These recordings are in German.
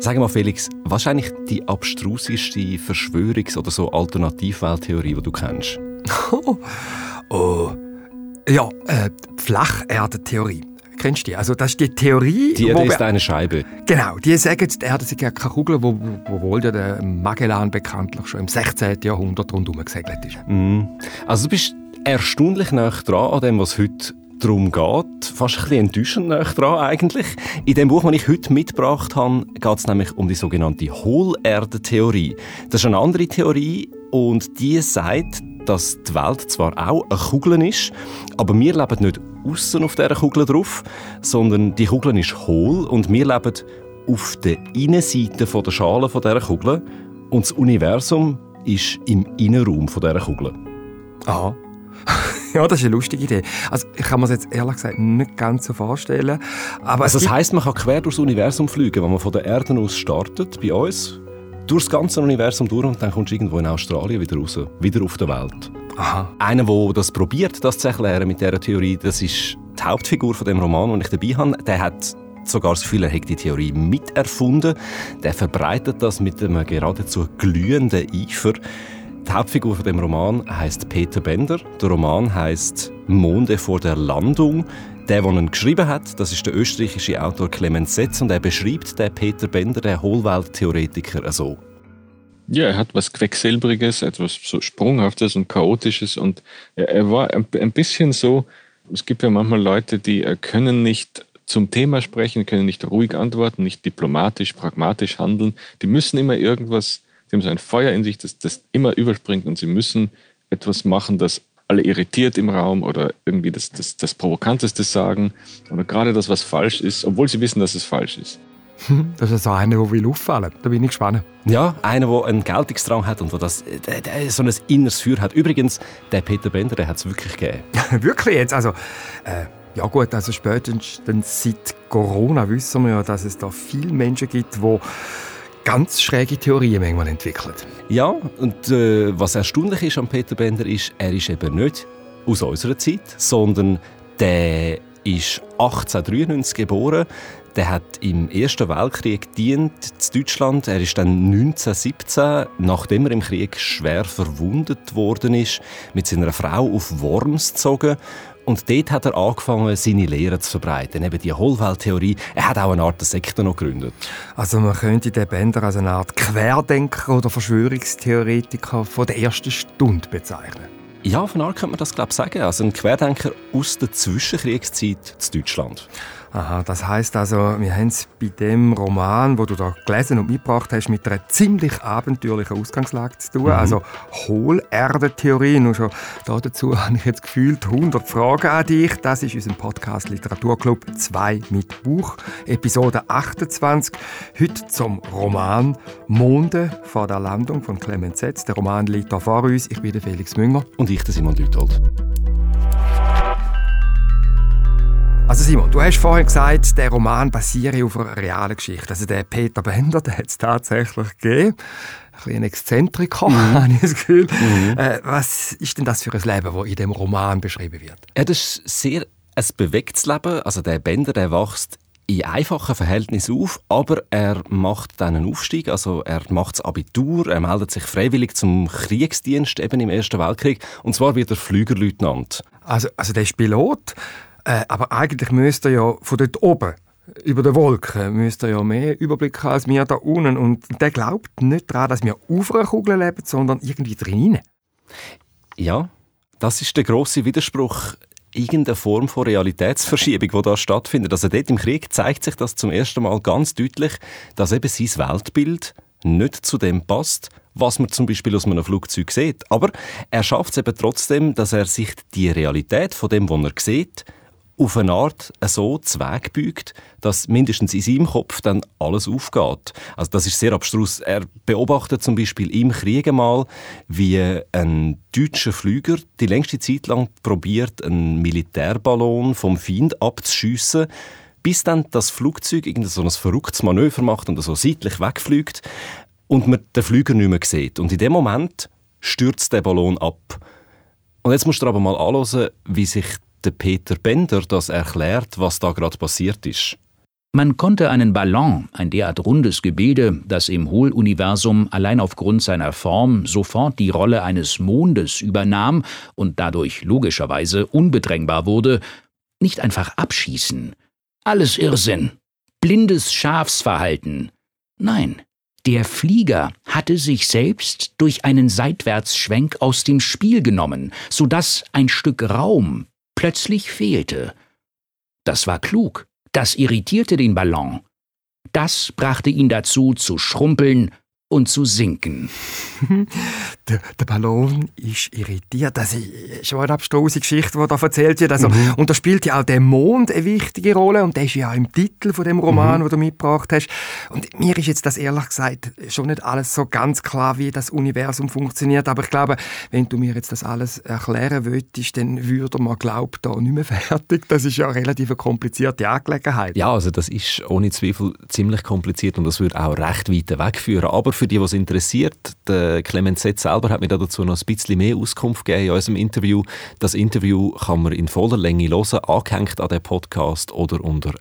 Sag mal, Felix, was ist eigentlich die abstruseste Verschwörungs- oder so Alternativwelttheorie, die du kennst? Ja, die Flacherdentheorie. Kennst du die? Also das ist die Theorie... Die Erde ist eine Scheibe. Genau, die sagen, die Erde sei ja keine Kugel, wo ja der Magellan bekanntlich schon im 16. Jahrhundert rundherum gesegelt ist. Also du bist erstaunlich nah dran an dem, was heute darum geht. Fast ein bisschen enttäuschend nah dran eigentlich. In dem Buch, das ich heute mitgebracht habe, geht es nämlich um die sogenannte Hohlerdentheorie. Das ist eine andere Theorie und die sagt, dass die Welt zwar auch eine Kugel ist, aber wir leben nicht aussen auf dieser Kugel drauf, sondern die Kugel ist hohl und wir leben auf der Innenseite der Schale dieser Kugel und das Universum ist im Innenraum dieser Kugel. Aha. Ja, das ist eine lustige Idee. Also, ich kann mir das jetzt ehrlich gesagt nicht ganz so vorstellen. Aber also das heisst, man kann quer durchs Universum fliegen, wenn man von der Erde aus startet, bei uns, durchs ganze Universum durch und dann kommst du irgendwo in Australien wieder raus, wieder auf der Welt. Aha. Einer, der das probiert, das zu erklären mit dieser Theorie, das ist die Hauptfigur von dem Roman, den ich dabei habe. Der hat sogar das Gefühl, er hätte die Theorie miterfunden. Der verbreitet das mit einem geradezu glühenden Eifer. Die Hauptfigur von dem Roman heisst Peter Bender. Der Roman heisst «Monde vor der Landung». Der ihn geschrieben hat, das ist der österreichische Autor Clemens Setz und er beschreibt den Peter Bender, den Hohlwelttheoretiker, so. Ja, er hat was Quecksilbriges, etwas so Sprunghaftes und Chaotisches und er war ein bisschen so, es gibt ja manchmal Leute, die können nicht zum Thema sprechen, können nicht ruhig antworten, nicht diplomatisch, pragmatisch handeln. Die müssen immer irgendwas, die haben so ein Feuer in sich, das immer überspringt und sie müssen etwas machen, das alle irritiert im Raum oder irgendwie das Provokanteste sagen oder gerade das, was falsch ist, obwohl sie wissen, dass es falsch ist. Das ist so einer, der will auffallen. Da bin ich gespannt. Ja, einer, der einen Geltungsdrang hat und der so ein inneres Feuer hat. Übrigens, der Peter Bender, der hat es wirklich gegeben. Wirklich jetzt? Also, ja gut, also spätestens seit Corona wissen wir ja, dass es da viele Menschen gibt, die ganz schräge Theorien manchmal entwickeln. Ja, und was erstaunlich ist an Peter Bender ist, er ist eben nicht aus unserer Zeit, sondern der ist 1893 geboren. Der hat im Ersten Weltkrieg gedient in Deutschland. Er ist dann 1917, nachdem er im Krieg schwer verwundet worden ist, mit seiner Frau auf Worms gezogen. Und dort hat er angefangen, seine Lehren zu verbreiten. Eben die Hohlwelttheorie. Er hat auch eine Art Sekte noch gegründet. Also man könnte den Bender als eine Art Querdenker oder Verschwörungstheoretiker von der ersten Stunde bezeichnen. Ja, von Art könnte man das, glaube ich, sagen. Also ein Querdenker aus der Zwischenkriegszeit in Deutschland. Aha, das heisst also, wir haben es bei dem Roman, den du da gelesen und mitgebracht hast, mit einer ziemlich abenteuerlichen Ausgangslage zu tun. Also Hohlerdentheorie. Nur schon dazu habe ich jetzt gefühlt 100 Fragen an dich. Das ist unser Podcast Literaturclub 2 mit Buch, Episode 28. Heute zum Roman «Monde vor der Landung» von Clemens Setz. Der Roman liegt hier vor uns. Ich bin der Felix Münger. Und ich, der Simon Lüthold. Also Simon, du hast vorhin gesagt, der Roman basiere auf einer realen Geschichte. Also der Peter Bender, der hat es tatsächlich gegeben. Ein bisschen Exzentriker, habe ich das Gefühl. Was ist denn das für ein Leben, das in dem Roman beschrieben wird? Ja, das ist sehr ein bewegtes Leben. Also der Bender, der wächst in einfachen Verhältnissen auf, aber er macht dann einen Aufstieg. Also er macht das Abitur, er meldet sich freiwillig zum Kriegsdienst eben im Ersten Weltkrieg. Und zwar wird er Flügerleutnant. Also der ist Pilot. Aber eigentlich müsste er ja von dort oben, über den Wolken, müsste er ja mehr Überblick haben als wir da unten. Und der glaubt nicht daran, dass wir auf einer Kugel leben, sondern irgendwie drinnen. Ja, das ist der grosse Widerspruch. Irgendeine Form von Realitätsverschiebung, die da stattfindet. Also dort im Krieg zeigt sich das zum ersten Mal ganz deutlich, dass eben sein Weltbild nicht zu dem passt, was man zum Beispiel aus einem Flugzeug sieht. Aber er schafft es eben trotzdem, dass er sich die Realität von dem, was er sieht, auf eine Art so zu Weg beugt, dass mindestens in seinem Kopf dann alles aufgeht. Also das ist sehr abstrus. Er beobachtet zum Beispiel im Krieg einmal, wie ein deutscher Flüger die längste Zeit lang probiert, einen Militärballon vom Feind abzuschiessen, bis dann das Flugzeug so ein verrücktes Manöver macht und so seitlich wegfliegt und man den Flüger nicht mehr sieht. Und in dem Moment stürzt der Ballon ab. Und jetzt musst du aber mal anhören, wie sich der Peter Bender das erklärt, was da gerade passiert ist. Man konnte einen Ballon, ein derart rundes Gebilde, das im Hohluniversum allein aufgrund seiner Form sofort die Rolle eines Mondes übernahm und dadurch logischerweise unbedrängbar wurde, nicht einfach abschießen. Alles Irrsinn. Blindes Schafsverhalten. Nein, der Flieger hatte sich selbst durch einen Seitwärtsschwenk aus dem Spiel genommen, sodass ein Stück Raum plötzlich fehlte. Das war klug. Das irritierte den Ballon. Das brachte ihn dazu, zu schrumpeln und zu sinken. Der Ballon ist irritiert. Das ist schon eine abstruse Geschichte, die da erzählt wird. Also, und da spielt ja auch der Mond eine wichtige Rolle. Und der ist ja auch im Titel von dem Roman, den du mitgebracht hast. Und mir ist jetzt das ehrlich gesagt schon nicht alles so ganz klar, wie das Universum funktioniert. Aber ich glaube, wenn du mir jetzt das alles erklären wolltest, dann würde man, glaube ich, da nicht mehr fertig. Das ist ja eine relativ komplizierte Angelegenheit. Ja, also das ist ohne Zweifel ziemlich kompliziert und das würde auch recht weit wegführen. Aber für die, was interessiert, der Clemens Setz selber hat mir dazu noch ein bisschen mehr Auskunft gegeben in unserem Interview. Das Interview kann man in voller Länge hören, angehängt an den Podcast oder unter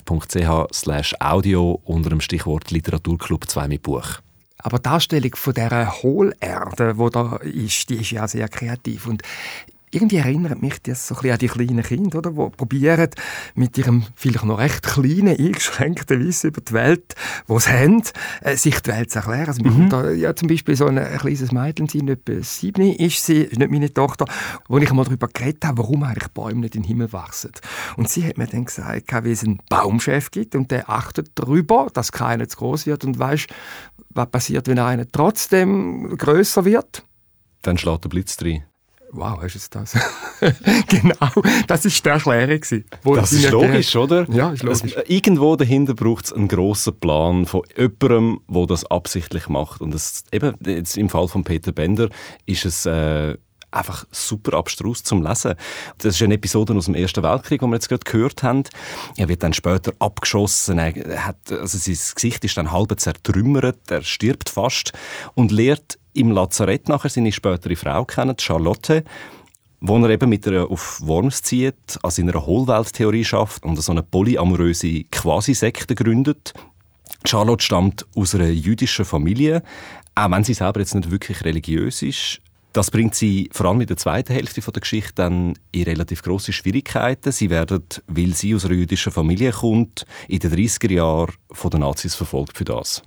srf.ch/audio unter dem Stichwort Literaturclub 2 mit Buch. Aber die Darstellung von dieser Hohlerde, die da ist, die ist ja sehr kreativ. Und irgendwie erinnert mich das so ein bisschen an die kleinen Kinder, oder, die probieren, mit ihrem vielleicht noch recht kleinen, eingeschränkten Wissen über die Welt, die sie haben, sich die Welt zu erklären. Also da, ja, zum Beispiel so ein kleines Mädchen, sie etwa 7 ist sie, ist nicht meine Tochter, wo ich einmal darüber geredet habe, warum eigentlich Bäume nicht in den Himmel wachsen. Und sie hat mir dann gesagt, wie es einen Baumchef gibt und der achtet darüber, dass keiner zu groß wird und weiss, was passiert, wenn einer trotzdem grösser wird. Dann schlägt der Blitz rein. Wow, hast du das? Genau, das war die Erklärung. Das ist logisch, oder? Ja, ist logisch. Irgendwo dahinter braucht es einen grossen Plan von jemandem, der das absichtlich macht. Und das, eben jetzt im Fall von Peter Bender ist es einfach super abstrus zum Lesen. Das ist eine Episode aus dem Ersten Weltkrieg, die wir jetzt gerade gehört haben. Er wird dann später abgeschossen. Also sein Gesicht ist dann halb zertrümmert. Er stirbt fast und lernt im Lazarett nachher seine spätere Frau kennen, Charlotte, wo er eben mit ihr auf Worms zieht, an seiner Hohlwelttheorie schafft und so eine polyamoröse Quasi-Sekte gründet. Charlotte stammt aus einer jüdischen Familie, auch wenn sie selber jetzt nicht wirklich religiös ist. Das bringt sie vor allem in der zweiten Hälfte der Geschichte dann in relativ grosse Schwierigkeiten. Sie werden, weil sie aus einer jüdischen Familie kommt, in den 30er Jahren von den Nazis verfolgt für das.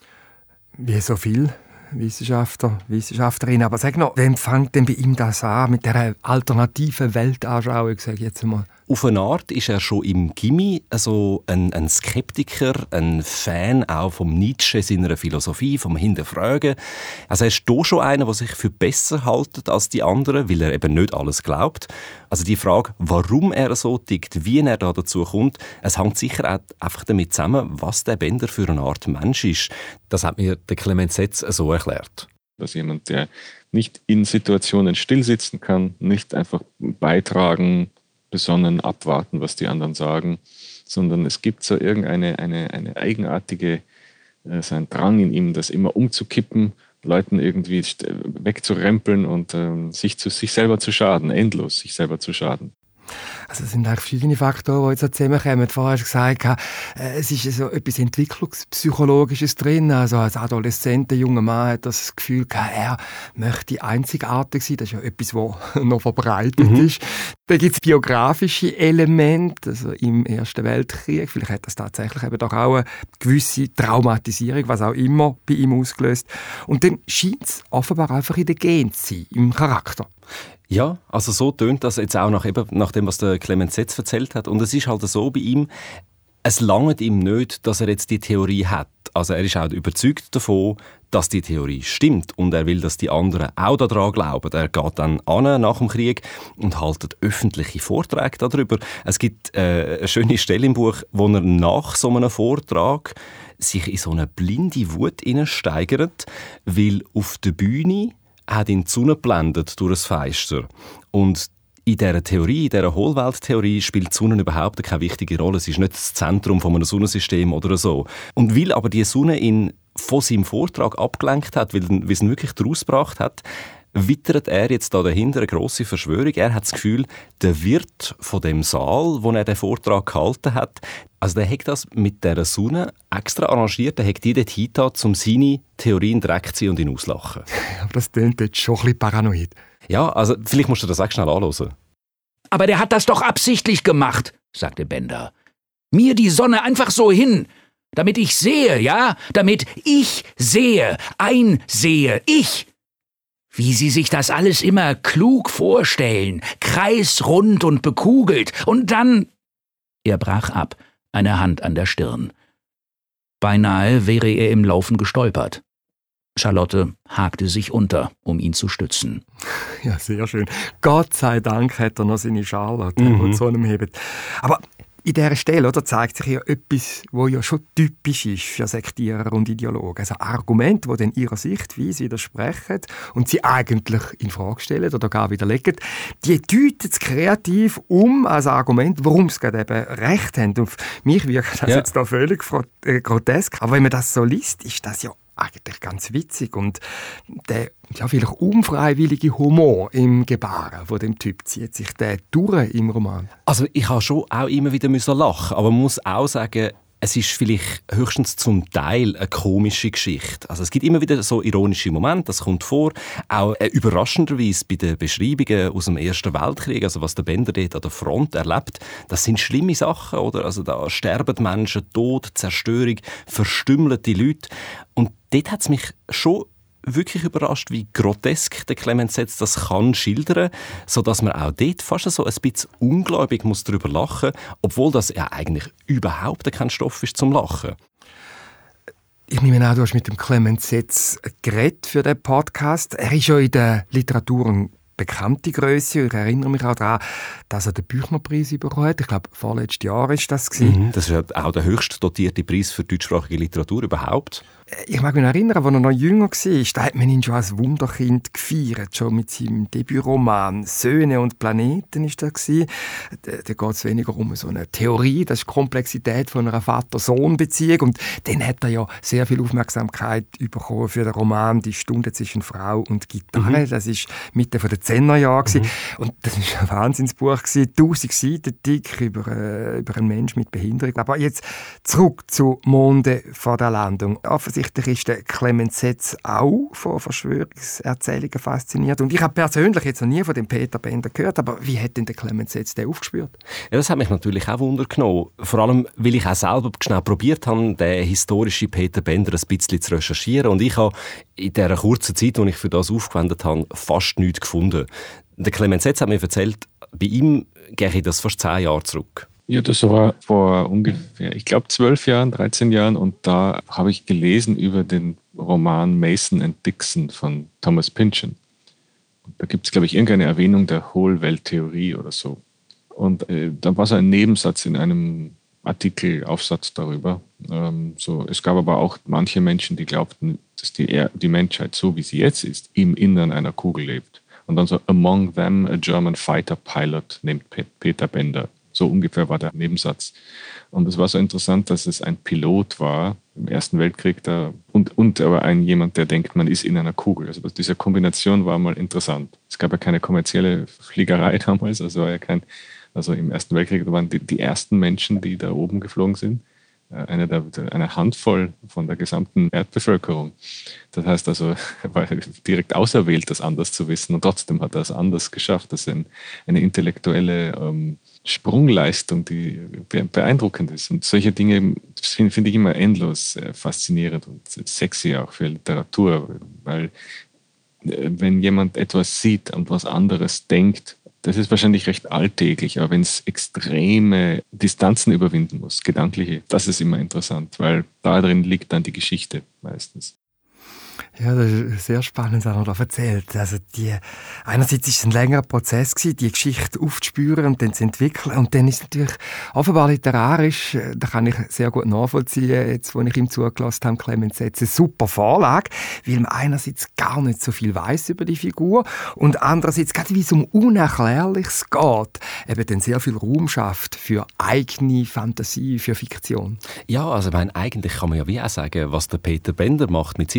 Wie so viel Wissenschaftler, Wissenschaftlerinnen. Aber sag noch, wem fängt denn bei ihm das an, mit dieser alternativen Weltanschauung, sag ich jetzt mal? Auf eine Art ist er schon im Gimmi also ein Skeptiker, ein Fan auch vom Nietzsche, seiner Philosophie, vom Hinterfragen. Also er ist hier schon einer, der sich für besser hält als die anderen, weil er eben nicht alles glaubt. Also die Frage, warum er so tickt, wie er da dazu kommt, es hängt sicher auch einfach damit zusammen, was der Bender für eine Art Mensch ist. Das hat mir der Clemens Setz so erklärt. Dass jemand, der nicht in Situationen stillsitzen kann, nicht einfach beitragen, besonnen abwarten, was die anderen sagen, sondern es gibt so irgendeine eine eigenartige, so ein Drang in ihm, das immer umzukippen, Leuten irgendwie wegzurempeln und sich selber zu schaden, endlos sich selber zu schaden. Also es sind eigentlich verschiedene Faktoren, die jetzt zusammenkommen. Vorher hast du gesagt, es ist so etwas Entwicklungspsychologisches drin. Also als Adoleszent, der junge Mann hat das Gefühl, er möchte einzigartig sein. Das ist ja etwas, was noch verbreitet ist. Dann gibt es biografische Elemente, also im Ersten Weltkrieg. Vielleicht hat das tatsächlich eben doch auch eine gewisse Traumatisierung, was auch immer bei ihm ausgelöst. Und dann scheint es offenbar einfach in den Genen zu sein, im Charakter. Ja, also so tönt das jetzt auch nach dem, was der Clemens Setz erzählt hat. Und es ist halt so bei ihm, es langt ihm nicht, dass er jetzt die Theorie hat. Also er ist auch überzeugt davon, dass die Theorie stimmt und er will, dass die anderen auch daran glauben. Er geht dann an nach dem Krieg und hält öffentliche Vorträge darüber. Es gibt eine schöne Stelle im Buch, wo er nach so einem Vortrag sich in so eine blinde Wut hineinsteigert, weil auf der Bühne hat ihn die Sonne geblendet durch ein Fenster. Und in dieser Theorie, in dieser Hohlwelttheorie, spielt die Sonne überhaupt keine wichtige Rolle. Sie ist nicht das Zentrum von einem Sonnensystem oder so. Und weil aber die Sonne ihn von seinem Vortrag abgelenkt hat, weil sie ihn wirklich daraus gebracht hat, wittert er jetzt da dahinter eine grosse Verschwörung. Er hat das Gefühl, der Wirt von dem Saal, wo er den Vortrag gehalten hat, also der hat das mit dieser Sonne extra arrangiert, der hat die dort hingetan, um seine Theorien Dreck zu ziehen und ihn auslachen. Aber das klingt jetzt schon ein bisschen paranoid. Ja, also vielleicht musst du das auch schnell anhören. Aber der hat das doch absichtlich gemacht, sagte Bender. Mir die Sonne einfach so hin, damit ich sehe, ja? Damit ich sehe, einsehe, ich. Wie Sie sich das alles immer klug vorstellen, kreisrund und bekugelt, und dann... Er brach ab, eine Hand an der Stirn. Beinahe wäre er im Laufen gestolpert. Charlotte hakte sich unter, um ihn zu stützen. Ja, sehr schön. Gott sei Dank hat er noch seine Charlotte, die zu einem hebt. Aber in dieser Stelle zeigt sich ja etwas, was ja schon typisch ist für Sektierer und Ideologen. Also Argumente, die dann ihrer Sichtweise widersprechen und sie eigentlich in Frage stellen oder gar widerlegen, die deuten es kreativ als Argument, warum sie gerade eben recht haben. Und für mich wirkt das jetzt da völlig grotesk. Aber wenn man das so liest, ist das ja eigentlich ganz witzig. Und der vielleicht unfreiwillige Humor im Gebaren von dem Typ zieht sich der durch im Roman. Also ich habe schon auch immer wieder lachen, aber man muss auch sagen, es ist vielleicht höchstens zum Teil eine komische Geschichte. Also es gibt immer wieder so ironische Momente, das kommt vor. Auch überraschenderweise bei den Beschreibungen aus dem Ersten Weltkrieg, also was der Bender dort an der Front erlebt, das sind schlimme Sachen, oder? Also da sterben Menschen, Tod, Zerstörung, verstümmelte Leute. Und dort hat es mich schon wirklich überrascht, wie grotesk der Clemens Setz das kann schildern, sodass man auch dort fast so ein bisschen ungläubig muss darüber lachen, obwohl das ja eigentlich überhaupt kein Stoff ist zum Lachen. Ich nehme an, du hast mit dem Clemens Setz geredet für den Podcast. Er ist ja in der Literatur eine bekannte Grösse. Ich erinnere mich auch daran, dass er den Büchnerpreis bekommen hat. Ich glaube, vorletztes Jahr war das. Das ist auch der höchst dotierte Preis für deutschsprachige Literatur überhaupt. Ich mag mich erinnern, als er noch jünger war, da hat man ihn schon als Wunderkind gefeiert, schon mit seinem Debütroman «Söhne und Planeten» ist das gewesen. Da geht es weniger um so eine Theorie, das ist die Komplexität von einer Vater-Sohn-Beziehung. Und dann hat er ja sehr viel Aufmerksamkeit bekommen für den Roman «Die Stunde zwischen Frau und Gitarre». Das war Mitte der 10er-Jahre. Und das war ein Wahnsinnsbuch, 1000 Seiten dick über einen Menschen mit Behinderung. Aber jetzt zurück zu «Monde vor der Landung». Offensichtlich ist der Clemens Setz auch von Verschwörungserzählungen fasziniert. Und ich habe persönlich jetzt noch nie von dem Peter Bender gehört, aber wie hat denn der Clemens Setz den aufgespürt? Ja, das hat mich natürlich auch Wunder genommen. Vor allem, weil ich auch selber schnell probiert habe, den historischen Peter Bender ein bisschen zu recherchieren. Und ich habe in dieser kurzen Zeit, die ich für das aufgewendet habe, fast nichts gefunden. Der Clemens Setz hat mir erzählt, bei ihm gehe ich das fast 10 Jahre zurück. Ja, das war vor ungefähr, ich glaube 12 Jahren, 13 Jahren, und da habe ich gelesen über den Roman Mason and Dixon von Thomas Pynchon. Da gibt es, glaube ich, irgendeine Erwähnung der Hohlwelttheorie oder so. Und da war so ein Nebensatz in einem Artikelaufsatz darüber. Es gab aber auch manche Menschen, die glaubten, dass die Menschheit, so wie sie jetzt ist, im Innern einer Kugel lebt. Und dann so, among them a German fighter pilot named Peter Bender. So ungefähr war der Nebensatz. Und es war so interessant, dass es ein Pilot war im Ersten Weltkrieg und aber jemand, der denkt, man ist in einer Kugel. Also diese Kombination war mal interessant. Es gab ja keine kommerzielle Fliegerei damals, also im Ersten Weltkrieg waren die ersten Menschen, die da oben geflogen sind. Eine Handvoll von der gesamten Erdbevölkerung. Das heißt also, er war direkt auserwählt, das anders zu wissen, und trotzdem hat er es anders geschafft. Das ist eine intellektuelle Sprungleistung, die beeindruckend ist. Und solche Dinge finde ich immer endlos faszinierend und sexy auch für Literatur, weil wenn jemand etwas sieht und was anderes denkt, das ist wahrscheinlich recht alltäglich, aber wenn es extreme Distanzen überwinden muss, gedankliche, das ist immer interessant, weil da drin liegt dann die Geschichte meistens. Ja, das ist sehr spannend, was er da erzählt. Also einerseits war es ein längerer Prozess, die Geschichte aufzuspüren und dann zu entwickeln. Und dann ist es natürlich offenbar literarisch, da kann ich sehr gut nachvollziehen, jetzt, wo ich ihm zugelassen habe, Clemens Setz, eine super Vorlage, weil man einerseits gar nicht so viel weiss über die Figur und andererseits, gerade wie es um Unerklärliches geht, eben dann sehr viel Raum schafft für eigene Fantasie, für Fiktion. Ja, also eigentlich kann man ja wie auch sagen, was der Peter Bender macht mit seiner Theorie,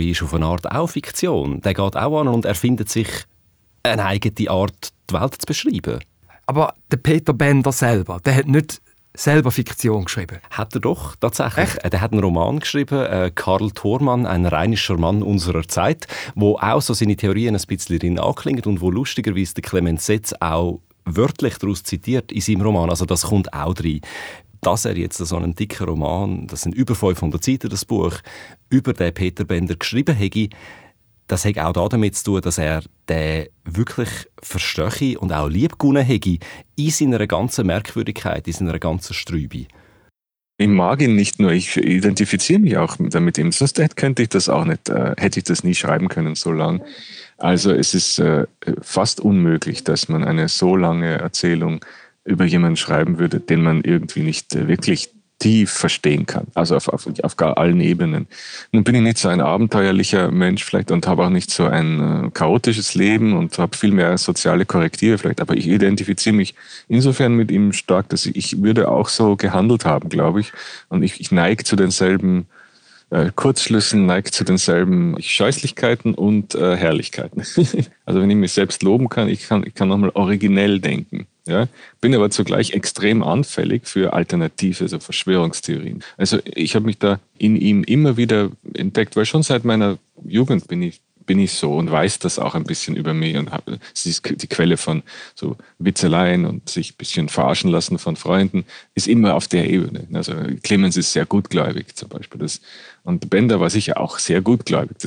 ist auf eine Art auch Fiktion. Der geht auch an und erfindet sich eine eigene Art, die Welt zu beschreiben. Aber der Peter Bender selber, der hat nicht selber Fiktion geschrieben. Hat er doch, tatsächlich. Echt? Der hat einen Roman geschrieben, Karl Thormann, ein rheinischer Mann unserer Zeit, wo auch so seine Theorien ein bisschen drin anklingen und wo lustigerweise der Clemens Setz auch wörtlich daraus zitiert in seinem Roman. Also das kommt auch drin. Dass er jetzt so einen dicken Roman, das sind über 500 Seiten, das Buch, über den Peter Bender geschrieben hätte, das hat auch damit zu tun, dass er den wirklich verstehe und auch liebgewonnen hätte in seiner ganzen Merkwürdigkeit, in seiner ganzen Strübe. Ich mag ihn nicht nur, ich identifiziere mich auch damit ihm. Sonst hätte ich das auch nicht, hätte ich das nie schreiben können so lang. Also es ist fast unmöglich, dass man eine so lange Erzählung über jemanden schreiben würde, den man irgendwie nicht wirklich tief verstehen kann. Also auf gar allen Ebenen. Nun bin ich nicht so ein abenteuerlicher Mensch vielleicht und habe auch nicht so ein chaotisches Leben und habe viel mehr soziale Korrektive vielleicht. Aber ich identifiziere mich insofern mit ihm stark, dass ich würde auch so gehandelt haben, glaube ich. Und ich neige zu denselben Kurzschlüssen, neigt zu denselben Scheußlichkeiten und Herrlichkeiten. Also wenn ich mich selbst loben kann, ich kann nochmal originell denken. Ja, bin aber zugleich extrem anfällig für alternative so Verschwörungstheorien. Also ich habe mich da in ihm immer wieder entdeckt, weil schon seit meiner Jugend bin ich so und weiß das auch ein bisschen über mich und es ist die Quelle von so Witzeleien und sich ein bisschen verarschen lassen von Freunden, ist immer auf der Ebene. Also Clemens ist sehr gutgläubig zum Beispiel. Und Bender war sicher auch sehr gutgläubig.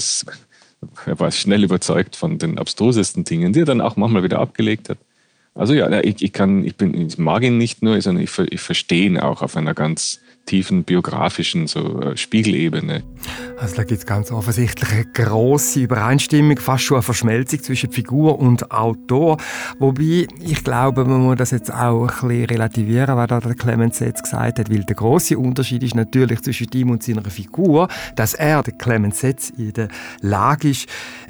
Er war schnell überzeugt von den abstrusesten Dingen, die er dann auch manchmal wieder abgelegt hat. Also ja, ich mag ihn nicht nur, sondern ich verstehe ihn auch auf einer ganz tiefen biografischen so Spiegelebene. Also da gibt es ganz offensichtlich eine grosse Übereinstimmung, fast schon eine Verschmelzung zwischen Figur und Autor. Wobei, ich glaube, man muss das jetzt auch ein bisschen relativieren, was da der Clemens Setz gesagt hat, weil der grosse Unterschied ist natürlich zwischen ihm und seiner Figur, dass er, der Clemens Setz, in der Lage ist,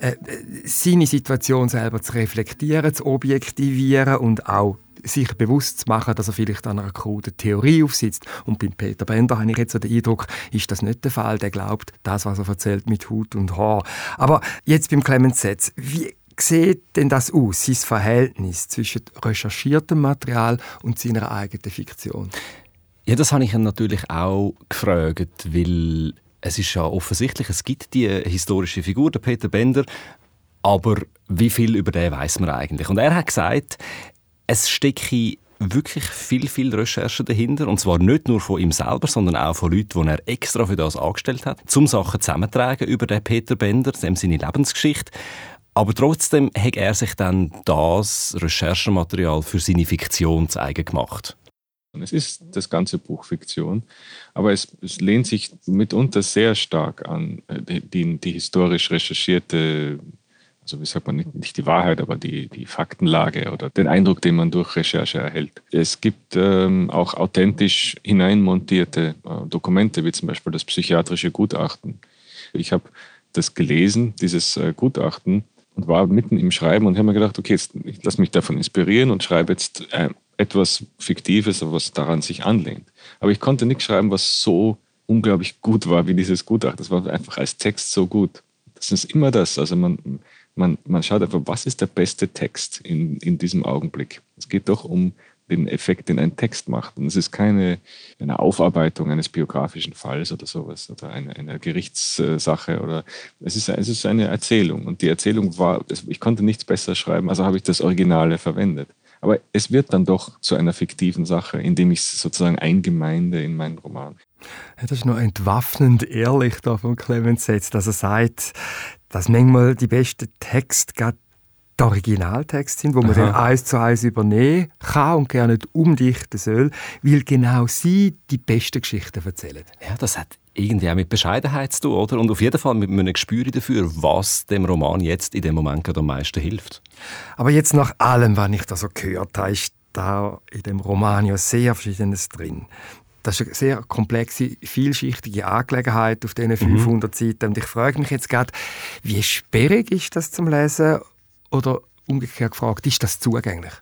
seine Situation selber zu reflektieren, zu objektivieren und auch sich bewusst zu machen, dass er vielleicht an einer kruden Theorie aufsitzt. Und beim Peter Bender habe ich jetzt so den Eindruck, ist das nicht der Fall. Der glaubt das, was er erzählt, mit Hut und Haar. Aber jetzt beim Clemens Setz, wie sieht denn das aus, sein Verhältnis zwischen recherchiertem Material und seiner eigenen Fiktion? Ja, das habe ich ihn natürlich auch gefragt, weil es ist ja offensichtlich, es gibt die historische Figur, der Peter Bender, aber wie viel über den weiss man eigentlich? Und er hat gesagt, es stecke wirklich viel Recherche dahinter. Und zwar nicht nur von ihm selber, sondern auch von Leuten, die er extra für das angestellt hat, um Sachen zusammenzutragen über den Peter Bender, seine Lebensgeschichte. Aber trotzdem hat er sich dann das Recherchematerial für seine Fiktion zu eigen gemacht. Es ist das ganze Buch Fiktion, aber es lehnt sich mitunter sehr stark an die historisch recherchierte, also wie sagt man, nicht die Wahrheit, aber die Faktenlage oder den Eindruck, den man durch Recherche erhält. Es gibt auch authentisch hineinmontierte Dokumente, wie zum Beispiel das psychiatrische Gutachten. Ich habe das gelesen, dieses Gutachten, und war mitten im Schreiben und habe mir gedacht, okay, jetzt, ich lasse mich davon inspirieren und schreibe jetzt etwas Fiktives, was daran sich anlehnt. Aber ich konnte nichts schreiben, was so unglaublich gut war wie dieses Gutachten. Das war einfach als Text so gut. Das ist immer das. Also man schaut einfach, was ist der beste Text in diesem Augenblick. Es geht doch um den Effekt, den ein Text macht. Und es ist keine Aufarbeitung eines biografischen Falls oder sowas oder eine Gerichtssache. Oder es ist eine Erzählung. Und die Erzählung war, ich konnte nichts besser schreiben, also habe ich das Originale verwendet. Aber es wird dann doch zu einer fiktiven Sache, indem ich es sozusagen eingemeinde in meinen Roman. Ja, das ist noch entwaffnend ehrlich da von Clemens Setz, dass er sagt, dass manchmal die besten Texte gerade die Originaltexte sind, wo man dann 1:1 übernehmen kann und gerne nicht umdichten soll, weil genau sie die besten Geschichten erzählen. Ja, das hat irgendwie auch mit Bescheidenheit zu tun, oder? Und auf jeden Fall mit einem Gespür dafür, was dem Roman jetzt in dem Moment gerade am meisten hilft. Aber jetzt nach allem, was ich da so gehört habe, ist da in dem Roman ja sehr Verschiedenes drin. Das ist eine sehr komplexe, vielschichtige Angelegenheit auf diesen 500 Seiten. Und ich frage mich jetzt gerade, wie sperrig ist das zum Lesen? Oder umgekehrt gefragt, ist das zugänglich?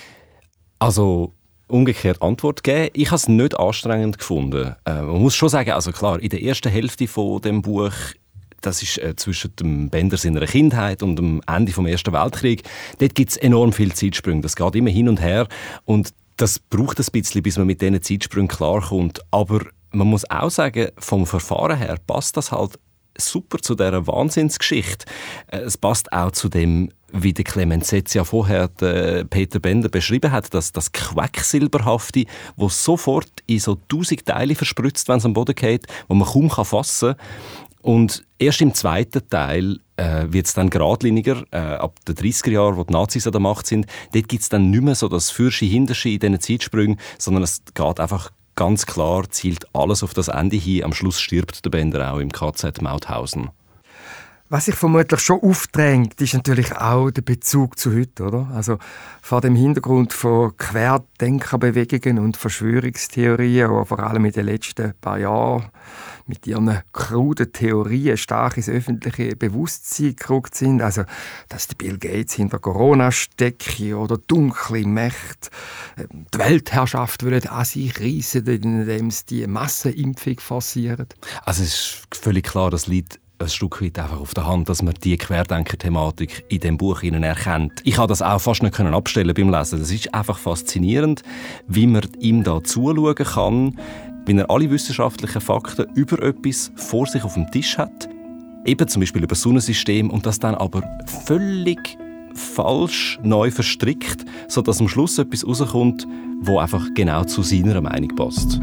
Also umgekehrt Antwort geben. Ich habe es nicht anstrengend gefunden. Man muss schon sagen, also klar, in der ersten Hälfte von dem Buch das ist zwischen dem Bender seiner Kindheit und dem Ende des Ersten Weltkrieg. Dort gibt es enorm viele Zeitsprünge. Das geht immer hin und her. Und das braucht ein bisschen, bis man mit diesen Zeitsprüngen klarkommt. Aber man muss auch sagen, vom Verfahren her passt das halt super zu dieser Wahnsinnsgeschichte. Es passt auch zu dem, wie der Clemens Setz ja vorher Peter Bender beschrieben hat, dass das Quecksilberhafte, das sofort in so 1000 Teile verspritzt, wenn es am Boden geht, wo man kaum fassen kann. Und erst im zweiten Teil wird es dann geradliniger, ab den 30er Jahren, wo die Nazis an der Macht sind. Dort gibt es dann nicht mehr so das Fürsche-Hintersche in diesen Zeitsprüngen, sondern es geht einfach ganz klar, zielt alles auf das Ende hin. Am Schluss stirbt der Bender auch im KZ Mauthausen. Was sich vermutlich schon aufdrängt, ist natürlich auch der Bezug zu heute, oder? Also vor dem Hintergrund von Querdenkerbewegungen und Verschwörungstheorien, die vor allem in den letzten paar Jahren mit ihren kruden Theorien stark ins öffentliche Bewusstsein gerückt sind. Also, dass der Bill Gates hinter Corona stecke oder dunkle Mächte die Weltherrschaft an sich reissen, indem sie die Massenimpfung forcieren. Also es ist völlig klar, das liegt ein Stück weit einfach auf der Hand, dass man die Querdenker-Thematik in diesem Buch erkennt. Ich konnte das auch fast nicht abstellen beim Lesen. Das ist einfach faszinierend, wie man ihm da zuschauen kann, wie er alle wissenschaftlichen Fakten über etwas vor sich auf dem Tisch hat. Eben zum Beispiel über das Sonnensystem und das dann aber völlig falsch neu verstrickt, sodass am Schluss etwas rauskommt, wo einfach genau zu seiner Meinung passt.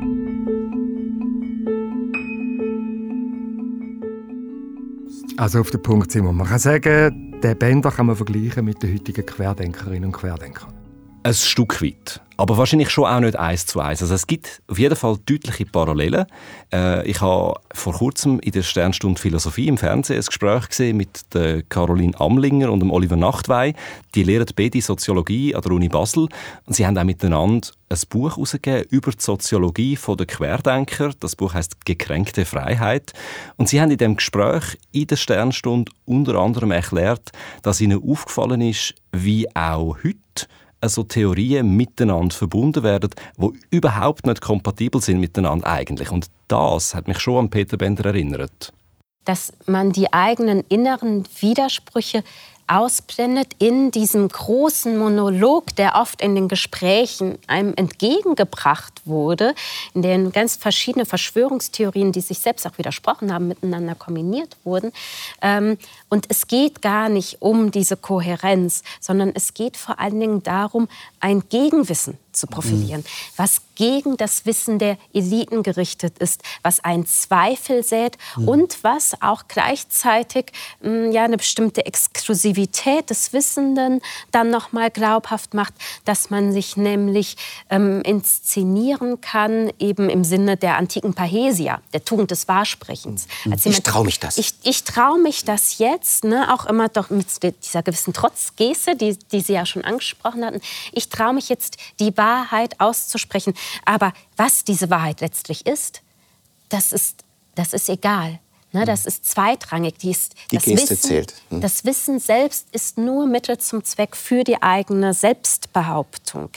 Also auf den Punkt sind wir. Man kann sagen, den Bender kann man vergleichen mit den heutigen Querdenkerinnen und Querdenkern. Ein Stück weit. Aber wahrscheinlich schon auch nicht 1:1. Also es gibt auf jeden Fall deutliche Parallelen. Ich habe vor kurzem in der Sternstunde Philosophie im Fernsehen ein Gespräch gesehen mit der Caroline Amlinger und dem Oliver Nachtwey. Die lehren beide Soziologie an der Uni Basel. Und sie haben auch miteinander ein Buch herausgegeben über die Soziologie der Querdenker. Das Buch heisst «Gekränkte Freiheit». Und sie haben in diesem Gespräch in der Sternstunde unter anderem erklärt, dass ihnen aufgefallen ist, wie auch heute also Theorien miteinander verbunden werden, die überhaupt nicht kompatibel sind miteinander eigentlich. Und das hat mich schon an Peter Bender erinnert. Dass man die eigenen inneren Widersprüche ausblendet in diesem großen Monolog, der oft in den Gesprächen einem entgegengebracht wurde, in denen ganz verschiedene Verschwörungstheorien, die sich selbst auch widersprochen haben, miteinander kombiniert wurden. Und es geht gar nicht um diese Kohärenz, sondern es geht vor allen Dingen darum, ein Gegenwissen zu profilieren, was gegen das Wissen der Eliten gerichtet ist, was einen Zweifel sät und was auch gleichzeitig eine bestimmte Exklusivität des Wissenden dann noch mal glaubhaft macht, dass man sich nämlich inszenieren kann, eben im Sinne der antiken Parrhesia, der Tugend des Wahrsprechens. Ich traue mich das. Ich traue mich das jetzt, ne, auch immer doch mit dieser gewissen Trotzgeste, die Sie ja schon angesprochen hatten. Ich traue mich jetzt, die Wahrheit auszusprechen. Aber was diese Wahrheit letztlich ist, das ist egal. Ne, das ist zweitrangig. Die Geste zählt. Das Wissen selbst ist nur Mittel zum Zweck für die eigene Selbstbehauptung.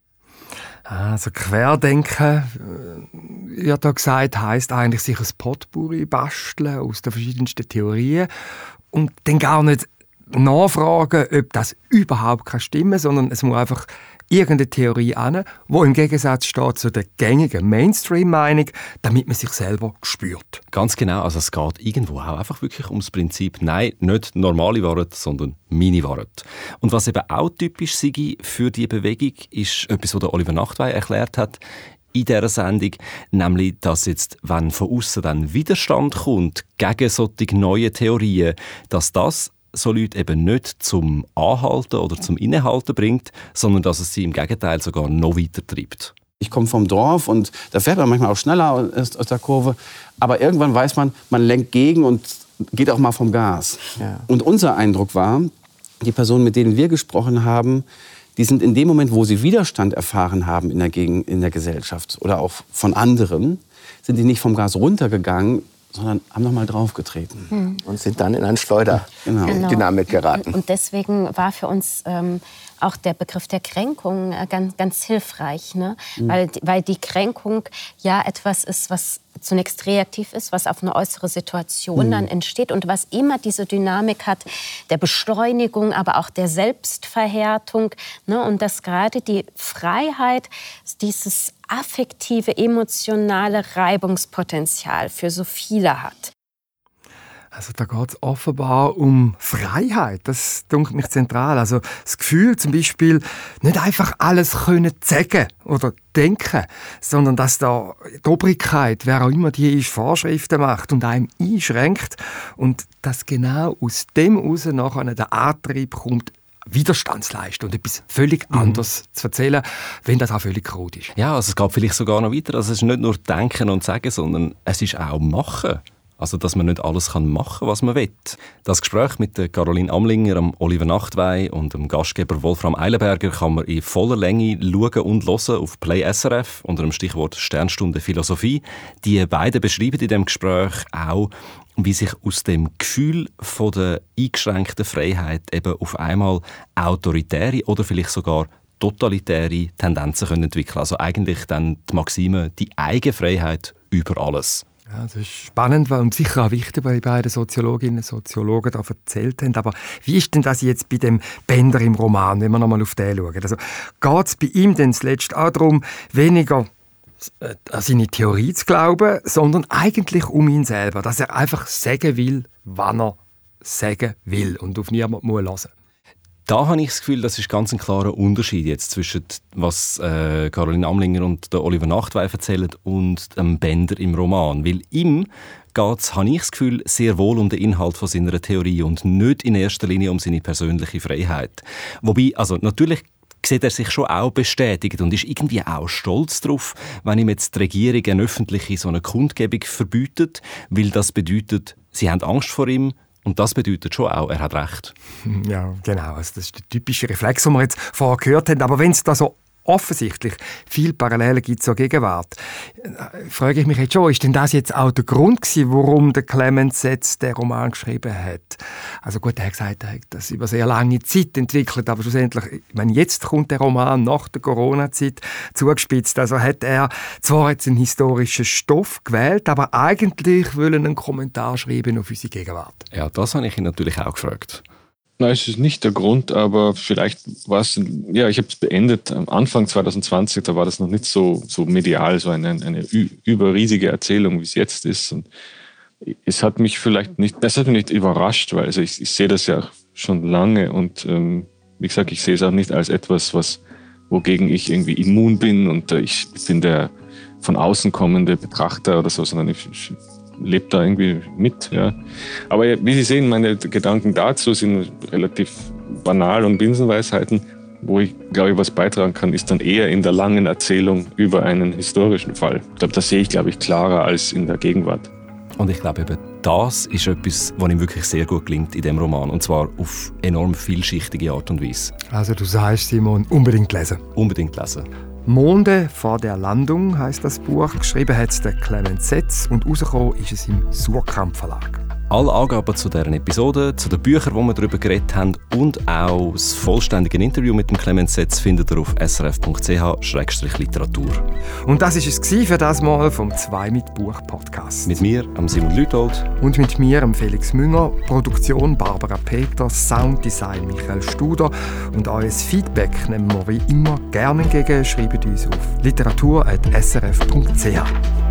Also Querdenken, wird da gesagt, heisst eigentlich sich ein Potpourri basteln aus den verschiedensten Theorien und dann gar nicht nachfragen, ob das überhaupt stimmen kann, sondern es muss einfach irgendeine Theorie an, die im Gegensatz steht zu der gängigen Mainstream-Meinung, damit man sich selber spürt. Ganz genau, also es geht irgendwo auch einfach wirklich ums Prinzip, nein, nicht normale Wahrheit, sondern meine Wahrheit. Und was eben auch typisch sei für diese Bewegung, ist etwas, was der Oliver Nachtwey erklärt hat in dieser Sendung, nämlich, dass jetzt, wenn von außen dann Widerstand kommt gegen solche neue Theorien, dass das so Leute eben nicht zum Anhalten oder zum Innehalten bringt, sondern dass es sie im Gegenteil sogar noch weiter treibt. Ich komme vom Dorf und da fährt man manchmal auch schneller aus der Kurve. Aber irgendwann weiß man, man lenkt gegen und geht auch mal vom Gas. Ja. Und unser Eindruck war, die Personen, mit denen wir gesprochen haben, die sind in dem Moment, wo sie Widerstand erfahren haben in der Gesellschaft oder auch von anderen, sind die nicht vom Gas runtergegangen, sondern haben noch mal draufgetreten. Und sind dann in eine Schleuderdynamik geraten. Und deswegen war für uns auch der Begriff der Kränkung ganz, ganz hilfreich, ne? Weil die Kränkung ja etwas ist, was zunächst reaktiv ist, was auf eine äußere Situation dann entsteht und was immer diese Dynamik hat, der Beschleunigung, aber auch der Selbstverhärtung, ne? Und dass gerade die Freiheit, dieses affektive, emotionale Reibungspotenzial für so viele hat. Also da geht es offenbar um Freiheit, das dunkelt mich zentral. Also das Gefühl zum Beispiel, nicht einfach alles können sagen oder denken, sondern dass da die Obrigkeit, wer auch immer die ist, Vorschriften macht und einem einschränkt und dass genau aus dem heraus nachher der Antrieb kommt, Widerstandsleistung und etwas völlig anderes zu erzählen, wenn das auch völlig krud ist. Ja, also es geht vielleicht sogar noch weiter. Also es ist nicht nur denken und sagen, sondern es ist auch machen. Also, dass man nicht alles machen kann, was man will. Das Gespräch mit der Caroline Amlinger, dem Oliver Nachtwey und dem Gastgeber Wolfram Eilenberger kann man in voller Länge schauen und hören auf Play SRF unter dem Stichwort Sternstunde Philosophie. Die beiden beschreiben in dem Gespräch auch, wie sich aus dem Gefühl von der eingeschränkten Freiheit eben auf einmal autoritäre oder vielleicht sogar totalitäre Tendenzen entwickeln können. Also eigentlich dann die Maxime, die eigene Freiheit über alles. Ja, das ist spannend und sicher auch wichtig, weil die beiden Soziologinnen und Soziologen da erzählt haben. Aber wie ist denn das jetzt bei dem Bender im Roman, wenn wir nochmal auf den schauen? Also geht es bei ihm denn zuletzt auch darum, weniger an seine Theorie zu glauben, sondern eigentlich um ihn selber, dass er einfach sagen will, wann er sagen will und auf niemanden hören muss. Da habe ich das Gefühl, das ist ganz ein klarer Unterschied jetzt zwischen was Caroline Amlinger und der Oliver Nachtwey erzählen und dem Bender im Roman. Weil ihm geht es, habe ich das Gefühl, sehr wohl um den Inhalt von seiner Theorie und nicht in erster Linie um seine persönliche Freiheit. Wobei, also natürlich sieht er sich schon auch bestätigt und ist irgendwie auch stolz darauf, wenn ihm jetzt die Regierung eine öffentliche so eine Kundgebung verbietet, weil das bedeutet, sie haben Angst vor ihm. Und das bedeutet schon auch, er hat recht. Ja, genau. Also das ist der typische Reflex, den wir jetzt vorher gehört haben. Aber wenn es da so offensichtlich viele Parallelen gibt zur Gegenwart, frage ich mich jetzt schon, ist denn das jetzt auch der Grund gewesen, warum der Clemens Setz den Roman geschrieben hat? Also gut, er hat gesagt, er hat das über sehr lange Zeit entwickelt, aber schlussendlich, ich meine, jetzt kommt der Roman nach der Corona-Zeit zugespitzt. Also hat er zwar jetzt einen historischen Stoff gewählt, aber eigentlich will er einen Kommentar schreiben auf unsere Gegenwart. Ja, das habe ich ihn natürlich auch gefragt. Nein, es ist nicht der Grund, aber vielleicht war es, ja, ich habe es beendet am Anfang 2020, da war das noch nicht so medial, so eine überriesige Erzählung, wie es jetzt ist. Und es hat mich nicht überrascht, weil also ich sehe das ja schon lange und wie gesagt, ich sehe es auch nicht als etwas, wogegen ich irgendwie immun bin und ich bin der von außen kommende Betrachter oder so, sondern ich lebt da irgendwie mit. Ja. Aber wie Sie sehen, meine Gedanken dazu sind relativ banal und Binsenweisheiten. Wo ich, glaube ich, was beitragen kann, ist dann eher in der langen Erzählung über einen historischen Fall. Ich glaube, das sehe ich, glaube ich, klarer als in der Gegenwart. Und ich glaube, eben das ist etwas, was ihm wirklich sehr gut gelingt in diesem Roman. Und zwar auf enorm vielschichtige Art und Weise. Also du sagst, Simon, unbedingt lesen. Unbedingt lesen. «Monde vor der Landung» heisst das Buch. Geschrieben hat es der Clemens Setz und rausgekommen ist es im Surkamp Verlag. Alle Angaben zu dieser Episode, zu den Büchern, die wir darüber geredet haben und auch das vollständige Interview mit dem Clemens Setz findet ihr auf srf.ch/literatur. Und das war es für das Mal vom «2 mit Buch» Podcast. Mit mir, Simon Lüthold. Und mit mir, Felix Münger. Produktion Barbara Peter, Sounddesign Michael Studer. Und euer Feedback nehmen wir wie immer gerne entgegen. Schreibt uns auf literatur@srf.ch.